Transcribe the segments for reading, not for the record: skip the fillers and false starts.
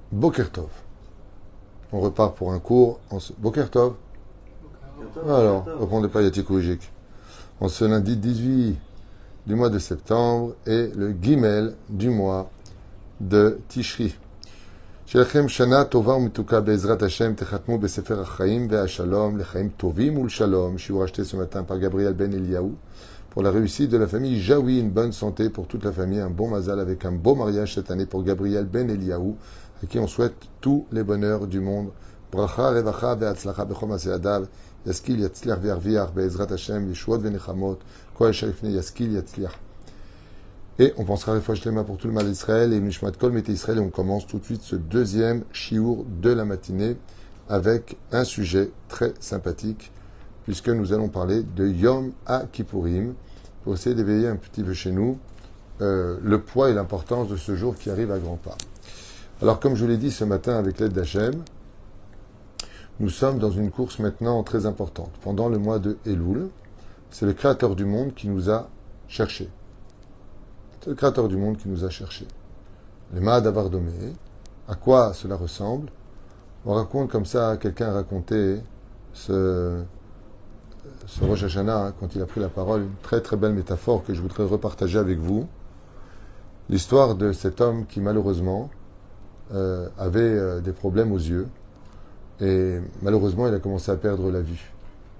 Boker Tov. On repart pour un cours. Boker Tov. Alors, répondez pas Yatikoujic. En ce lundi 18 du mois de septembre et le Gimel du mois de Tishri. Shelachem Shana Tova Umituka Be'ezrat Hashem Techatmu Besefer HaChaim Ve'Ashalom Lechaim Tovim Ulshalom. Je suis racheté ce matin par Gabriel Ben Eliaou pour la réussite de la famille Jaoui, une bonne santé pour toute la famille, un bon mazal avec un beau mariage cette année pour Gabriel Ben Eliaou, à qui on souhaite tous les bonheurs du monde. Bracha Revacha Ve'atzlacha Bechom Aseadav Yaskil Yatzliach Ve'arviach Be'ezrat Hashem Yeshuot Ve'nechamot Kol Sharifne Yaskil Yatzliach. Et on pensera à Shlema pour tout le mal d'Israël et Mishmat Kol Mete Israël. Et on commence tout de suite ce deuxième shiur de la matinée avec un sujet très sympathique, puisque nous allons parler de Yom HaKippurim, pour essayer d'éveiller un petit peu chez nous le poids et l'importance de ce jour qui arrive à grands pas. Alors, comme je l'ai dit ce matin avec l'aide d'Hachem, nous sommes dans une course maintenant très importante. Pendant le mois de Elul, c'est le Créateur du monde qui nous a cherchés. C'est le Créateur du monde qui nous a cherchés. Les Mahad Avardomé, à quoi cela ressemble? On raconte comme ça, quelqu'un a raconté ce Rosh Hashanah, quand il a pris la parole, une très très belle métaphore que je voudrais repartager avec vous. L'histoire de cet homme qui malheureusement avait des problèmes aux yeux et malheureusement il a commencé à perdre la vue.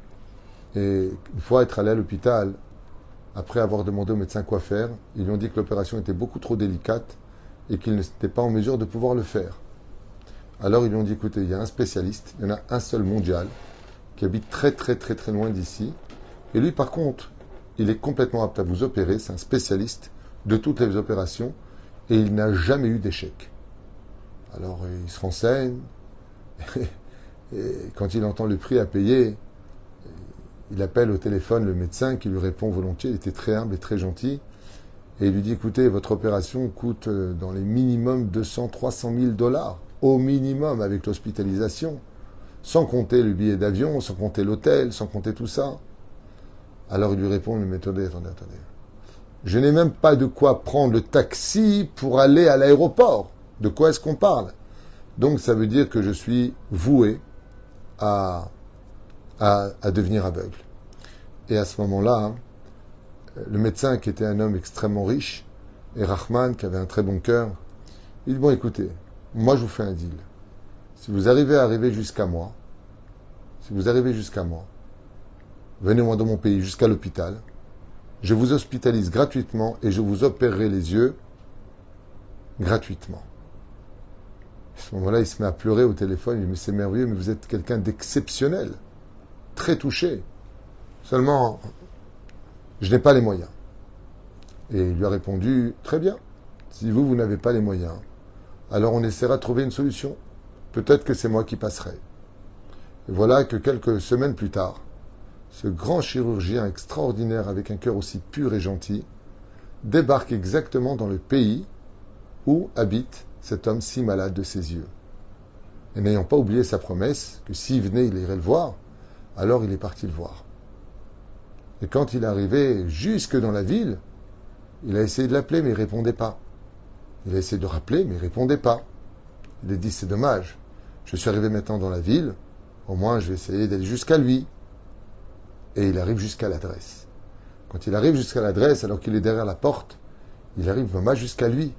Et une fois être allé à l'hôpital, après avoir demandé aux médecins quoi faire, ils lui ont dit que l'opération était beaucoup trop délicate et qu'il n'était pas en mesure de pouvoir le faire. Alors ils lui ont dit, écoutez, il y a un spécialiste, il y en a un seul mondial, qui habite très très très très loin d'ici. Et lui par contre, il est complètement apte à vous opérer, c'est un spécialiste de toutes les opérations et il n'a jamais eu d'échec. Alors il se renseigne et quand il entend le prix à payer, il appelle au téléphone le médecin qui lui répond volontiers, il était très humble et très gentil, et il lui dit, écoutez, votre opération coûte dans les minimum 200-300 000 dollars, au minimum avec l'hospitalisation, sans compter le billet d'avion, sans compter l'hôtel, sans compter tout ça. Alors il lui répond, mais attendez. Je n'ai même pas de quoi prendre le taxi pour aller à l'aéroport. De quoi est-ce qu'on parle? Donc ça veut dire que je suis voué à devenir aveugle. Et à ce moment-là, le médecin, qui était un homme extrêmement riche, et Rahman, qui avait un très bon cœur, il dit, bon écoutez, moi je vous fais un deal. Si vous arrivez jusqu'à moi, venez-moi dans mon pays jusqu'à l'hôpital, je vous hospitalise gratuitement et je vous opérerai les yeux gratuitement. À ce moment-là, il se met à pleurer au téléphone, il dit, mais c'est merveilleux, mais vous êtes quelqu'un d'exceptionnel, très touché. Seulement, je n'ai pas les moyens. Et il lui a répondu, très bien, si vous n'avez pas les moyens, alors on essaiera de trouver une solution. Peut-être que c'est moi qui passerai. Et voilà que quelques semaines plus tard, ce grand chirurgien extraordinaire avec un cœur aussi pur et gentil débarque exactement dans le pays où habite cet homme si malade de ses yeux. Et n'ayant pas oublié sa promesse que s'il venait, il irait le voir, alors il est parti le voir. Et quand il est arrivé jusque dans la ville, il a essayé de l'appeler, mais il ne répondait pas. Il a essayé de rappeler, mais il ne répondait pas. Il a dit, c'est dommage, je suis arrivé maintenant dans la ville, au moins je vais essayer d'aller jusqu'à lui. Et il arrive jusqu'à l'adresse. Quand il arrive jusqu'à l'adresse, alors qu'il est derrière la porte, il arrive vraiment jusqu'à lui.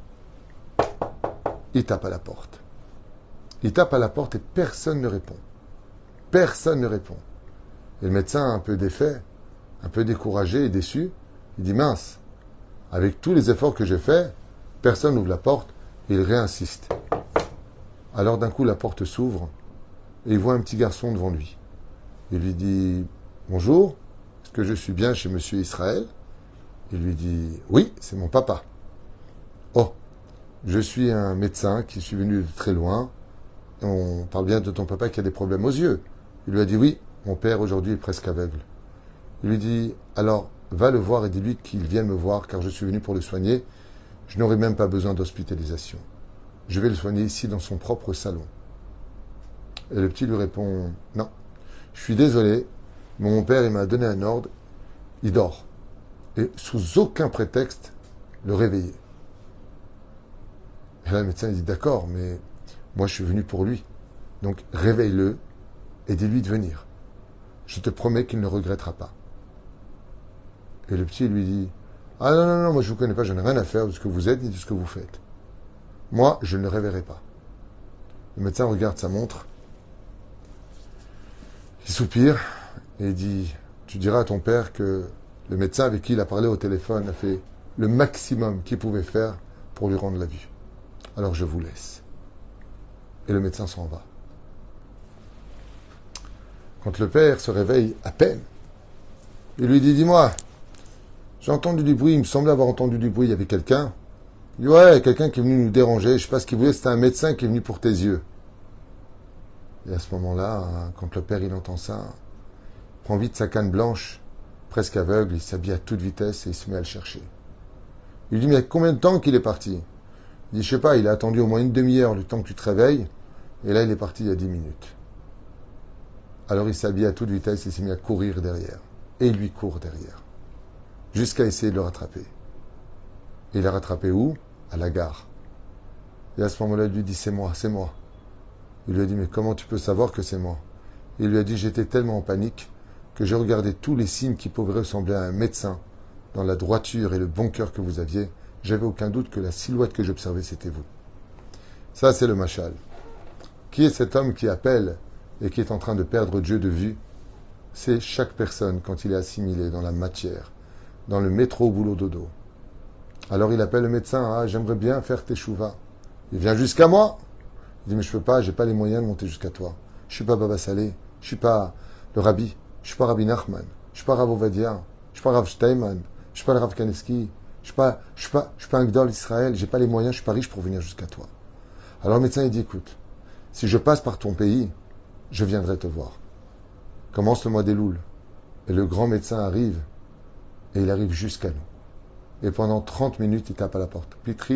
Il tape à la porte. Il tape à la porte et personne ne répond. Personne ne répond. Et le médecin, un peu défait, un peu découragé et déçu, il dit, mince, avec tous les efforts que j'ai faits, personne n'ouvre la porte, et il réinsiste. Alors d'un coup, la porte s'ouvre, et il voit un petit garçon devant lui. Il lui dit, bonjour, est-ce que je suis bien chez Monsieur Israël? Il lui dit, oui, c'est mon papa. Oh, je suis un médecin qui suis venu de très loin. On parle bien de ton papa qui a des problèmes aux yeux. Il lui a dit, oui, mon père aujourd'hui est presque aveugle. Il lui dit, alors, va le voir et dis-lui qu'il vienne me voir car je suis venu pour le soigner. Je n'aurai même pas besoin d'hospitalisation. Je vais le soigner ici dans son propre salon. Et le petit lui répond, non, je suis désolé, mais mon père il m'a donné un ordre, il dort. Et sous aucun prétexte, le réveiller. Et là le médecin il dit, d'accord, mais Moi, je suis venu pour lui. Donc, réveille-le et dis-lui de venir. Je te promets qu'il ne regrettera pas. Et le petit lui dit, ah non, non, non, moi je ne vous connais pas, je n'ai rien à faire de ce que vous êtes ni de ce que vous faites. Moi, je ne le réveillerai pas. Le médecin regarde sa montre, il soupire et dit, tu diras à ton père que le médecin avec qui il a parlé au téléphone a fait le maximum qu'il pouvait faire pour lui rendre la vue. Alors je vous laisse. Et le médecin s'en va. Quand le père se réveille à peine, il lui dit, dis-moi, j'ai entendu du bruit, il me semblait avoir entendu du bruit, il y avait quelqu'un. Il dit, ouais, quelqu'un qui est venu nous déranger, je ne sais pas ce qu'il voulait, c'était un médecin qui est venu pour tes yeux. Et à ce moment-là, quand le père il entend ça, il prend vite sa canne blanche, presque aveugle, il s'habille à toute vitesse et il se met à le chercher. Il lui dit, mais il y a combien de temps qu'il est parti? Il dit, je sais pas, il a attendu au moins une demi-heure le temps que tu te réveilles, et là il est parti il y a 10 minutes. Alors il s'habille à toute vitesse et il s'est mis à courir derrière. Et il lui court derrière. Jusqu'à essayer de le rattraper. Et il l'a rattrapé où? À la gare. Et à ce moment-là, il lui dit, c'est moi, c'est moi. Il lui a dit, mais comment tu peux savoir que c'est moi? Il lui a dit, j'étais tellement en panique que j'ai regardé tous les signes qui pouvaient ressembler à un médecin dans la droiture et le bon cœur que vous aviez. J'avais aucun doute que la silhouette que j'observais, c'était vous. Ça, c'est le machal. Qui est cet homme qui appelle et qui est en train de perdre Dieu de vue? C'est chaque personne quand il est assimilé dans la matière, dans le métro au boulot dodo. Alors il appelle le médecin, ah, j'aimerais bien faire teshuva. Il vient jusqu'à moi. Il dit, mais je peux pas, j'ai pas les moyens de monter jusqu'à toi. Je suis pas Baba Salé, je suis pas le Rabbi, je suis pas Rabbi Nachman, je suis pas Rav Ovadia, je suis pas Rav Steinman, je suis pas le Rav Kanevski, je suis pas un Gdol Israël, j'ai pas les moyens, je suis pas riche pour venir jusqu'à toi. Alors le médecin il dit, écoute, si je passe par ton pays, je viendrai te voir. Commence le mois d'Elul. Et le grand médecin arrive, et il arrive jusqu'à nous. Et pendant 30 minutes, il tape à la porte.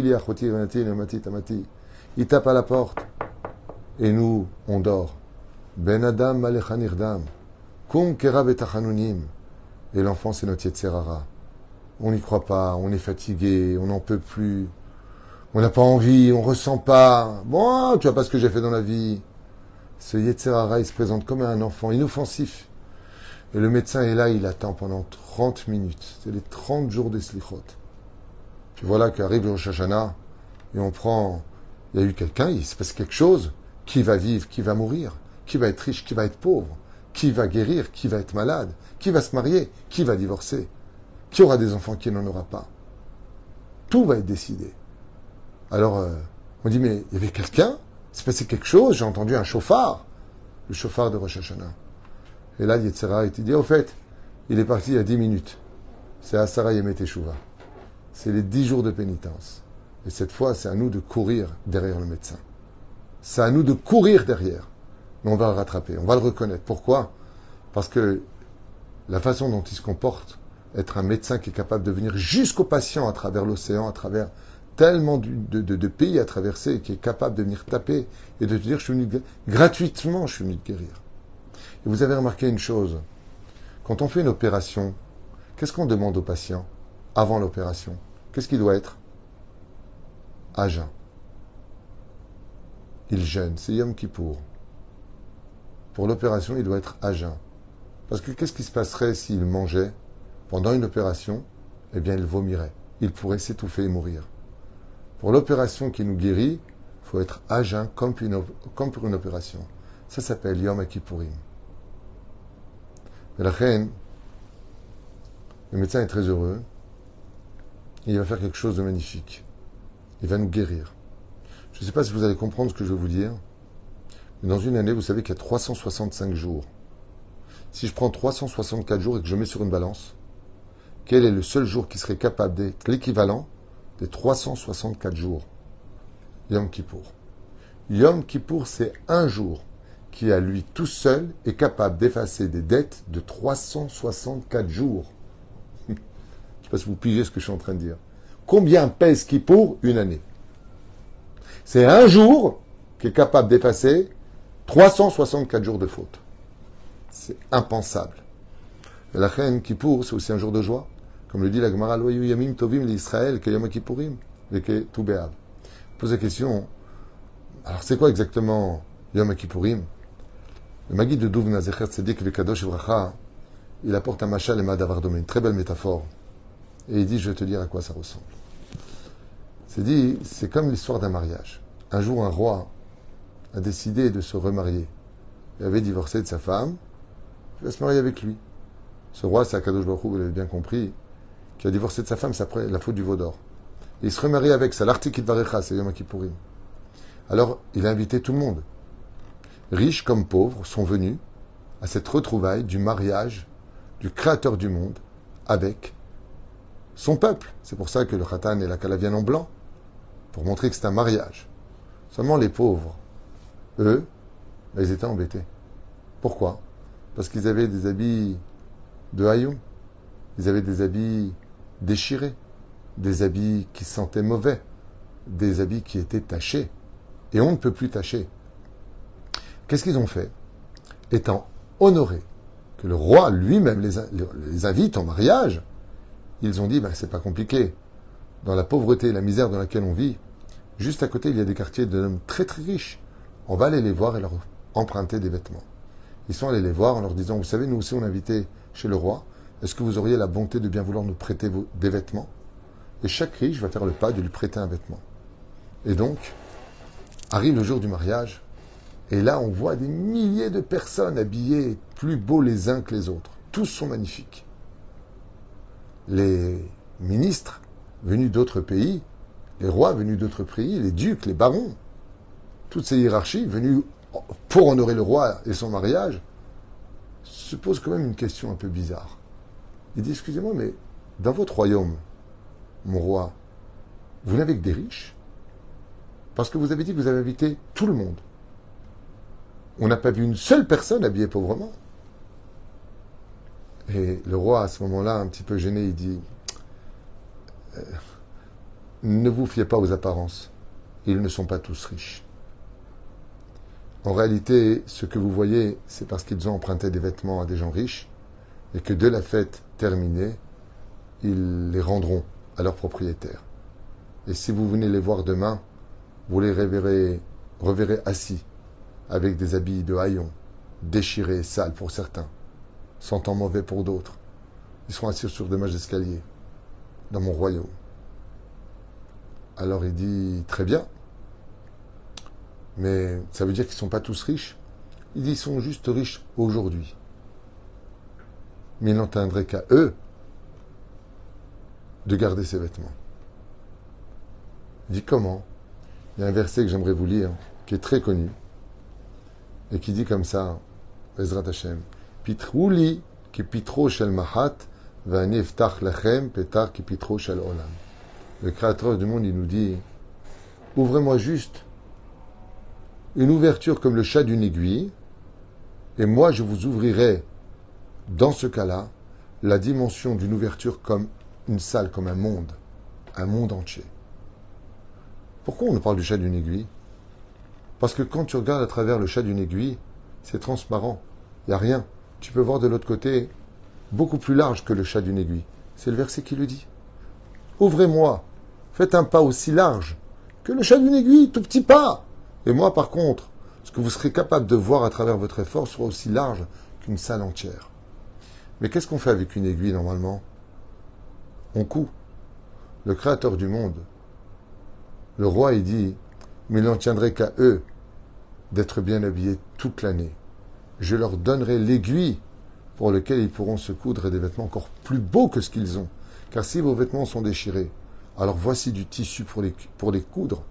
Il tape à la porte. Et nous, on dort. Ben Adam Malecha Nirdam. Kum Kera Betachanunim. Et l'enfant, c'est notre Yetzerara. On n'y croit pas, on est fatigué, on n'en peut plus. On n'a pas envie, on ressent pas. Bon, tu vois pas ce que j'ai fait dans la vie. Ce Yetzerara, il se présente comme un enfant inoffensif. Et le médecin est là, il attend pendant 30 minutes. C'est les 30 jours des Slichot. Puis voilà qu'arrive le Rosh Hashanah, et on prend... Il y a eu quelqu'un, il s'est passé quelque chose. Qui va vivre, qui va mourir, qui va être riche, qui va être pauvre, qui va guérir, qui va être malade, qui va se marier, qui va divorcer, qui aura des enfants, qui n'en aura pas. Tout va être décidé. Alors, on dit, mais il y avait quelqu'un, il s'est passé quelque chose, j'ai entendu un chauffard, le chauffard de Rosh Hashanah. Et là, Yetzera, il dit, au fait, il est parti il y a 10 minutes. C'est Asara Yemet Teshuva. C'est les 10 jours de pénitence. Et cette fois, c'est à nous de courir derrière le médecin. C'est à nous de courir derrière. Mais on va le rattraper, on va le reconnaître. Pourquoi? Parce que la façon dont il se comporte, être un médecin qui est capable de venir jusqu'au patient à travers l'océan, à travers tellement de pays à traverser, qui est capable de venir taper et de te dire, je suis venu gratuitement, je suis venu te guérir. Et vous avez remarqué une chose, quand on fait une opération, qu'est-ce qu'on demande au patient avant l'opération? Qu'est-ce qu'il doit être? À jeun. Il jeûne, c'est Yom Kippour. Pour l'opération, il doit être à jeun. Parce que qu'est-ce qui se passerait s'il mangeait pendant une opération? Eh bien, il vomirait. Il pourrait s'étouffer et mourir. Pour l'opération qui nous guérit, il faut être à jeun comme pour une opération. Ça s'appelle Yom Kippourim. Mais la reine, le médecin est très heureux. Et il va faire quelque chose de magnifique. Il va nous guérir. Je ne sais pas si vous allez comprendre ce que je vais vous dire. Mais dans une année, vous savez qu'il y a 365 jours. Si je prends 364 jours et que je mets sur une balance, quel est le seul jour qui serait capable d'être l'équivalent des 364 jours? Yom Kippour. Yom Kippour, c'est un jour qui, à lui tout seul, est capable d'effacer des dettes de 364 jours. Je ne sais pas si vous pigez ce que je suis en train de dire. Combien pèse Kippour? Une année. C'est un jour qui est capable d'effacer 364 jours de faute. C'est impensable. Et la reine Kippour, c'est aussi un jour de joie. Comme le dit la Gemara, Loyu Yamim Tovim l'Israël, que Yom Kippourim, et que tout Béav. Pose la question, Alors, c'est quoi exactement Yom Kippourim? Le Maguide de Douvna Zecher Tzedik Vekadosh Evracha, il apporte un machal et madavardome, une très belle métaphore. Et il dit, je vais te dire à quoi ça ressemble. C'est comme l'histoire d'un mariage. Un jour, un roi a décidé de se remarier. Il avait divorcé de sa femme, il va se marier avec lui. Ce roi, c'est Akadosh Baruch Hu, vous l'avez bien compris, qui a divorcé de sa femme, c'est après la faute du veau d'or. Et il se remarie avec, c'est l'article Varecha, c'est Yom Kippourim. Alors, il a invité tout le monde. Riches comme pauvres sont venus à cette retrouvaille du mariage du Créateur du monde avec son peuple. C'est pour ça que le Khatan et la Kala viennent en blanc, pour montrer que c'est un mariage. Seulement les pauvres, eux, ils étaient embêtés. Pourquoi? Parce qu'ils avaient des habits de haillons, ils avaient des habits déchirés, des habits qui sentaient mauvais, des habits qui étaient tachés. Et on ne peut plus tâcher. Qu'est-ce qu'ils ont fait? Étant honorés que le roi lui-même les invite en mariage, ils ont dit, c'est pas compliqué. Dans la pauvreté et la misère dans laquelle on vit, juste à côté, il y a des quartiers d'hommes très très riches. On va aller les voir et leur emprunter des vêtements. Ils sont allés les voir en leur disant, vous savez, nous aussi on est invités chez le roi, est-ce que vous auriez la bonté de bien vouloir nous prêter des vêtements? Et chaque riche va faire le pas de lui prêter un vêtement. Et donc, arrive le jour du mariage, et là on voit des milliers de personnes habillées plus beaux les uns que les autres. Tous sont magnifiques. Les ministres venus d'autres pays, les rois venus d'autres pays, les ducs, les barons, toutes ces hiérarchies venues pour honorer le roi et son mariage, se posent quand même une question un peu bizarre. Il dit, excusez-moi, mais dans votre royaume, mon roi, vous n'avez que des riches? Parce que vous avez dit que vous avez invité tout le monde. On n'a pas vu une seule personne habillée pauvrement. Et le roi, à ce moment-là, un petit peu gêné, il dit, ne vous fiez pas aux apparences. Ils ne sont pas tous riches. En réalité, ce que vous voyez, c'est parce qu'ils ont emprunté des vêtements à des gens riches et que de la fête terminée, ils les rendront à leurs propriétaires. Et si vous venez les voir demain, vous les reverrez assis avec des habits de haillons, déchirés et sales pour certains, sentant mauvais pour d'autres. Ils seront assis sur des marches d'escalier dans mon royaume. Alors il dit, très bien, mais ça veut dire qu'ils ne sont pas tous riches. Il dit, ils sont juste riches aujourd'hui. Mais il n'entendrait qu'à eux de garder ces vêtements. Il dit, comment? Il y a un verset que j'aimerais vous lire, qui est très connu, et qui dit comme ça, Ezrat Hashem, Pitrouli ki pitro shel mahat, va'ani eftach lachem petar ki pitro shel olam. Le Créateur du monde, il nous dit, ouvrez-moi juste une ouverture comme le chat d'une aiguille, et moi je vous ouvrirai, dans ce cas-là, la dimension d'une ouverture comme une salle, comme un monde entier. Pourquoi on nous parle du chat d'une aiguille? Parce que quand tu regardes à travers le chat d'une aiguille, c'est transparent, il n'y a rien. Tu peux voir de l'autre côté beaucoup plus large que le chat d'une aiguille. C'est le verset qui le dit. Ouvrez-moi, faites un pas aussi large que le chat d'une aiguille, tout petit pas. Et moi, par contre, ce que vous serez capable de voir à travers votre effort sera aussi large qu'une salle entière. Mais qu'est-ce qu'on fait avec une aiguille normalement? On coud. Le Créateur du monde, le roi, il dit, mais il n'en tiendrait qu'à eux d'être bien habillés toute l'année. Je leur donnerai l'aiguille pour laquelle ils pourront se coudre des vêtements encore plus beaux que ce qu'ils ont. Car si vos vêtements sont déchirés, alors voici du tissu pour les coudre.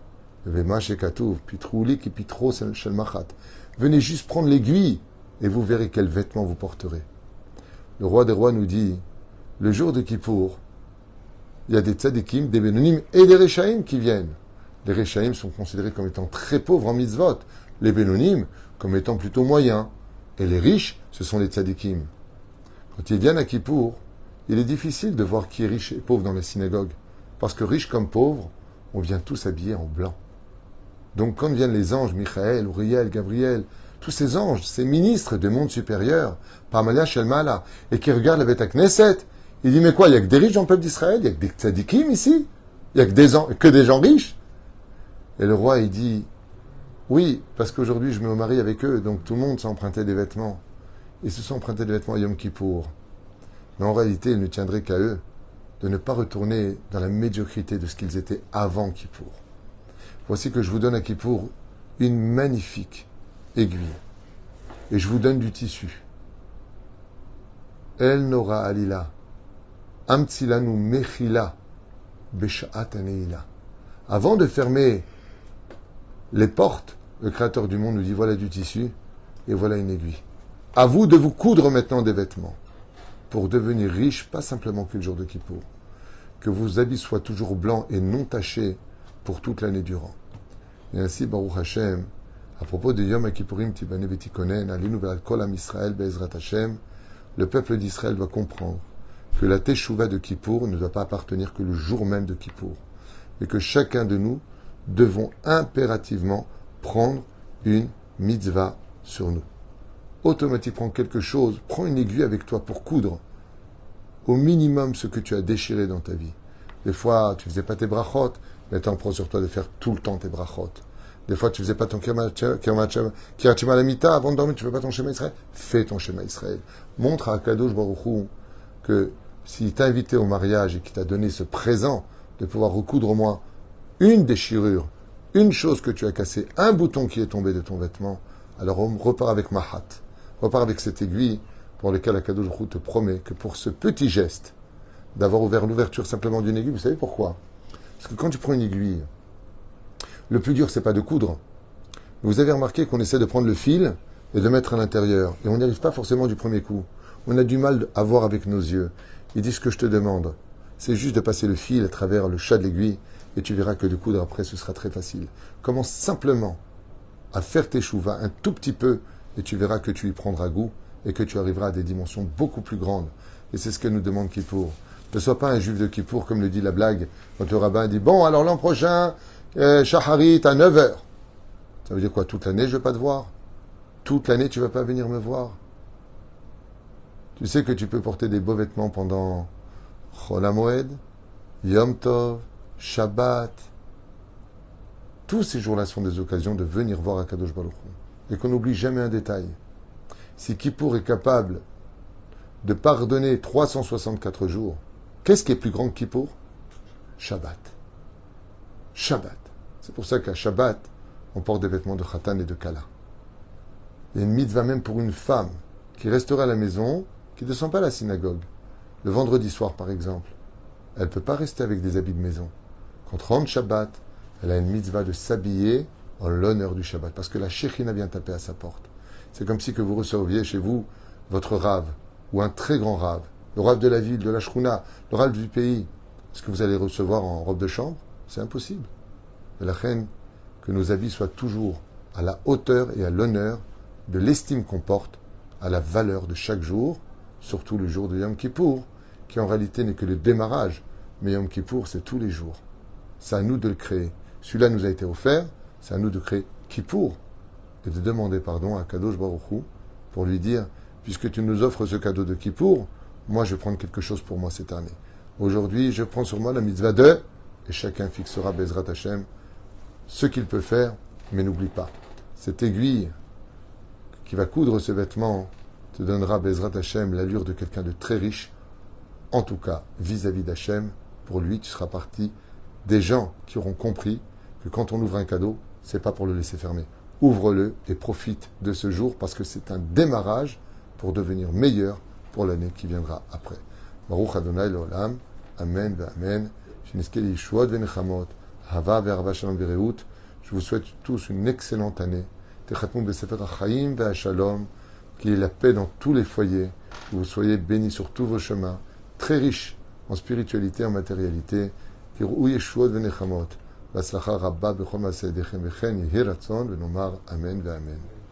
Venez juste prendre l'aiguille et vous verrez quels vêtements vous porterez. Le roi des rois nous dit, le jour de Kippour, il y a des tzadikim, des bénonim et des réchaïm qui viennent. Les réchaïm sont considérés comme étant très pauvres en mitzvot, les bénonim comme étant plutôt moyens, et les riches, ce sont les tzadikim. Quand ils viennent à Kippour, il est difficile de voir qui est riche et pauvre dans la synagogue, parce que riches comme pauvres, on vient tous habillés en blanc. Donc quand viennent les anges, Michael, Uriel, Gabriel, tous ces anges, ces ministres des mondes supérieurs, Parmalia Shelmala, et qui regardent la Beth Knesset, il dit, mais quoi, il n'y a que des riches dans le peuple d'Israël, il n'y a que des tzadikim ici, il n'y a que des gens riches. Et le roi, il dit, Oui, parce qu'aujourd'hui je me marie avec eux, donc tout le monde s'empruntait des vêtements. Ils se sont empruntés des vêtements à Yom Kippour. Mais en réalité, il ne tiendrait qu'à eux de ne pas retourner dans la médiocrité de ce qu'ils étaient avant Kippour. Voici que je vous donne à Kippour une magnifique aiguille. Et je vous donne du tissu. El Nora Alila. Amtsilanu Mechila. Beshaat Aneila. Avant de fermer les portes, le Créateur du monde nous dit voilà du tissu et voilà une aiguille. À vous de vous coudre maintenant des vêtements pour devenir riche, pas simplement que le jour de Kippour. Que vos habits soient toujours blancs et non tachés pour toute l'année durant. Et ainsi, Baruch Hashem, à propos de Yom Kippourim Tibane Betikonen, Alinu Ve'al Kol Am Israël Be'ezrat Hashem, le peuple d'Israël doit comprendre que la Teshuvah de Kippour ne doit pas appartenir que le jour même de Kippour, mais que chacun de nous devons impérativement prendre une mitzvah sur nous. Automatiquement quelque chose, prends une aiguille avec toi pour coudre au minimum ce que tu as déchiré dans ta vie. Des fois, tu faisais pas tes brachot, maintenant prends sur toi de faire tout le temps tes brachot. Des fois, tu faisais pas ton Kirat Shema Lamita, avant de dormir, tu fais pas ton Shema Israël. Fais ton Shema Israël. Montre à Kadosh Baruch Hu que s'il t'a invité au mariage et qu'il t'a donné ce présent de pouvoir recoudre au moins une déchirure, une chose que tu as cassée, un bouton qui est tombé de ton vêtement, alors on repart avec Mahat. Repart avec cette aiguille pour lequel Akadosh Baruch Hu te promet que pour ce petit geste d'avoir ouvert l'ouverture simplement d'une aiguille, vous savez pourquoi? Parce que quand tu prends une aiguille, le plus dur, c'est pas de coudre. Vous avez remarqué qu'on essaie de prendre le fil et de le mettre à l'intérieur. Et on n'y arrive pas forcément du premier coup. On a du mal à voir avec nos yeux. Il dit ce que je te demande, c'est juste de passer le fil à travers le chat de l'aiguille et tu verras que de coudre après, ce sera très facile. Commence simplement à faire tes chouvas un tout petit peu et tu verras que tu y prendras goût et que tu arriveras à des dimensions beaucoup plus grandes. Et c'est ce que nous demande Kippour. Ne sois pas un juif de Kippour, comme le dit la blague, quand le rabbin dit « Bon, alors l'an prochain, Shacharit à 9 heures. » Ça veut dire quoi? Toute l'année, je ne vais pas te voir. Toute l'année, tu ne vas pas venir me voir. Tu sais que tu peux porter des beaux vêtements pendant Chol HaMoed, Yom Tov, Shabbat. Tous ces jours-là sont des occasions de venir voir Akadosh Baruch Hu. Et qu'on n'oublie jamais un détail. Si Kippour est capable de pardonner 364 jours, qu'est-ce qui est plus grand que Kippour? Shabbat. Shabbat. C'est pour ça qu'à Shabbat, on porte des vêtements de Khatan et de Kala. Il y a une mitzvah même pour une femme qui restera à la maison, qui ne descend pas à la synagogue. Le vendredi soir, par exemple, elle ne peut pas rester avec des habits de maison. Quand rentre Shabbat, elle a une mitzvah de s'habiller en l'honneur du Shabbat, parce que la Shekhinah vient taper à sa porte. C'est comme si que vous receviez chez vous votre rave, ou un très grand rave, le rave de la ville, de la Shkuna, le rave du pays. Est-ce que vous allez recevoir en robe de chambre? C'est impossible. Mais la reine, que nos habits soient toujours à la hauteur et à l'honneur de l'estime qu'on porte à la valeur de chaque jour, surtout le jour de Yom Kippour, qui en réalité n'est que le démarrage, mais Yom Kippour, c'est tous les jours. C'est à nous de le créer. Celui-là nous a été offert, c'est à nous de créer Kippour et de demander pardon à Kadosh Baruch Hu pour lui dire, puisque tu nous offres ce cadeau de Kippour, moi je vais prendre quelque chose pour moi cette année. Aujourd'hui, je prends sur moi la mitzvah de, et chacun fixera Bezrat Hashem ce qu'il peut faire, mais n'oublie pas, cette aiguille qui va coudre ce vêtement te donnera Bezrat Hashem l'allure de quelqu'un de très riche, en tout cas vis-à-vis d'Hachem. Pour lui, tu seras parti des gens qui auront compris que quand on ouvre un cadeau, c'est pas pour le laisser fermer. Ouvre-le et profite de ce jour parce que c'est un démarrage pour devenir meilleur pour l'année qui viendra après. Baruch Adonai L'Olam, Amen ve'Amen, Sheniske Yeshuot ve'Nechamot, Hava ve'Arva Shalom ve'Reut. Je vous souhaite tous une excellente année. Techatmou be'Sefer HaChaim ve'Shalom, qu'il y ait la paix dans tous les foyers, que vous soyez bénis sur tous vos chemins, très riches en spiritualité, en matérialité. Kirou Yeshuot ve'Nechamot, V'Atzlacha Rabba b'Chol Ma'aseh Yedechem v'Chen Yehi Ratzon v'Nomar Amen ve'Amen.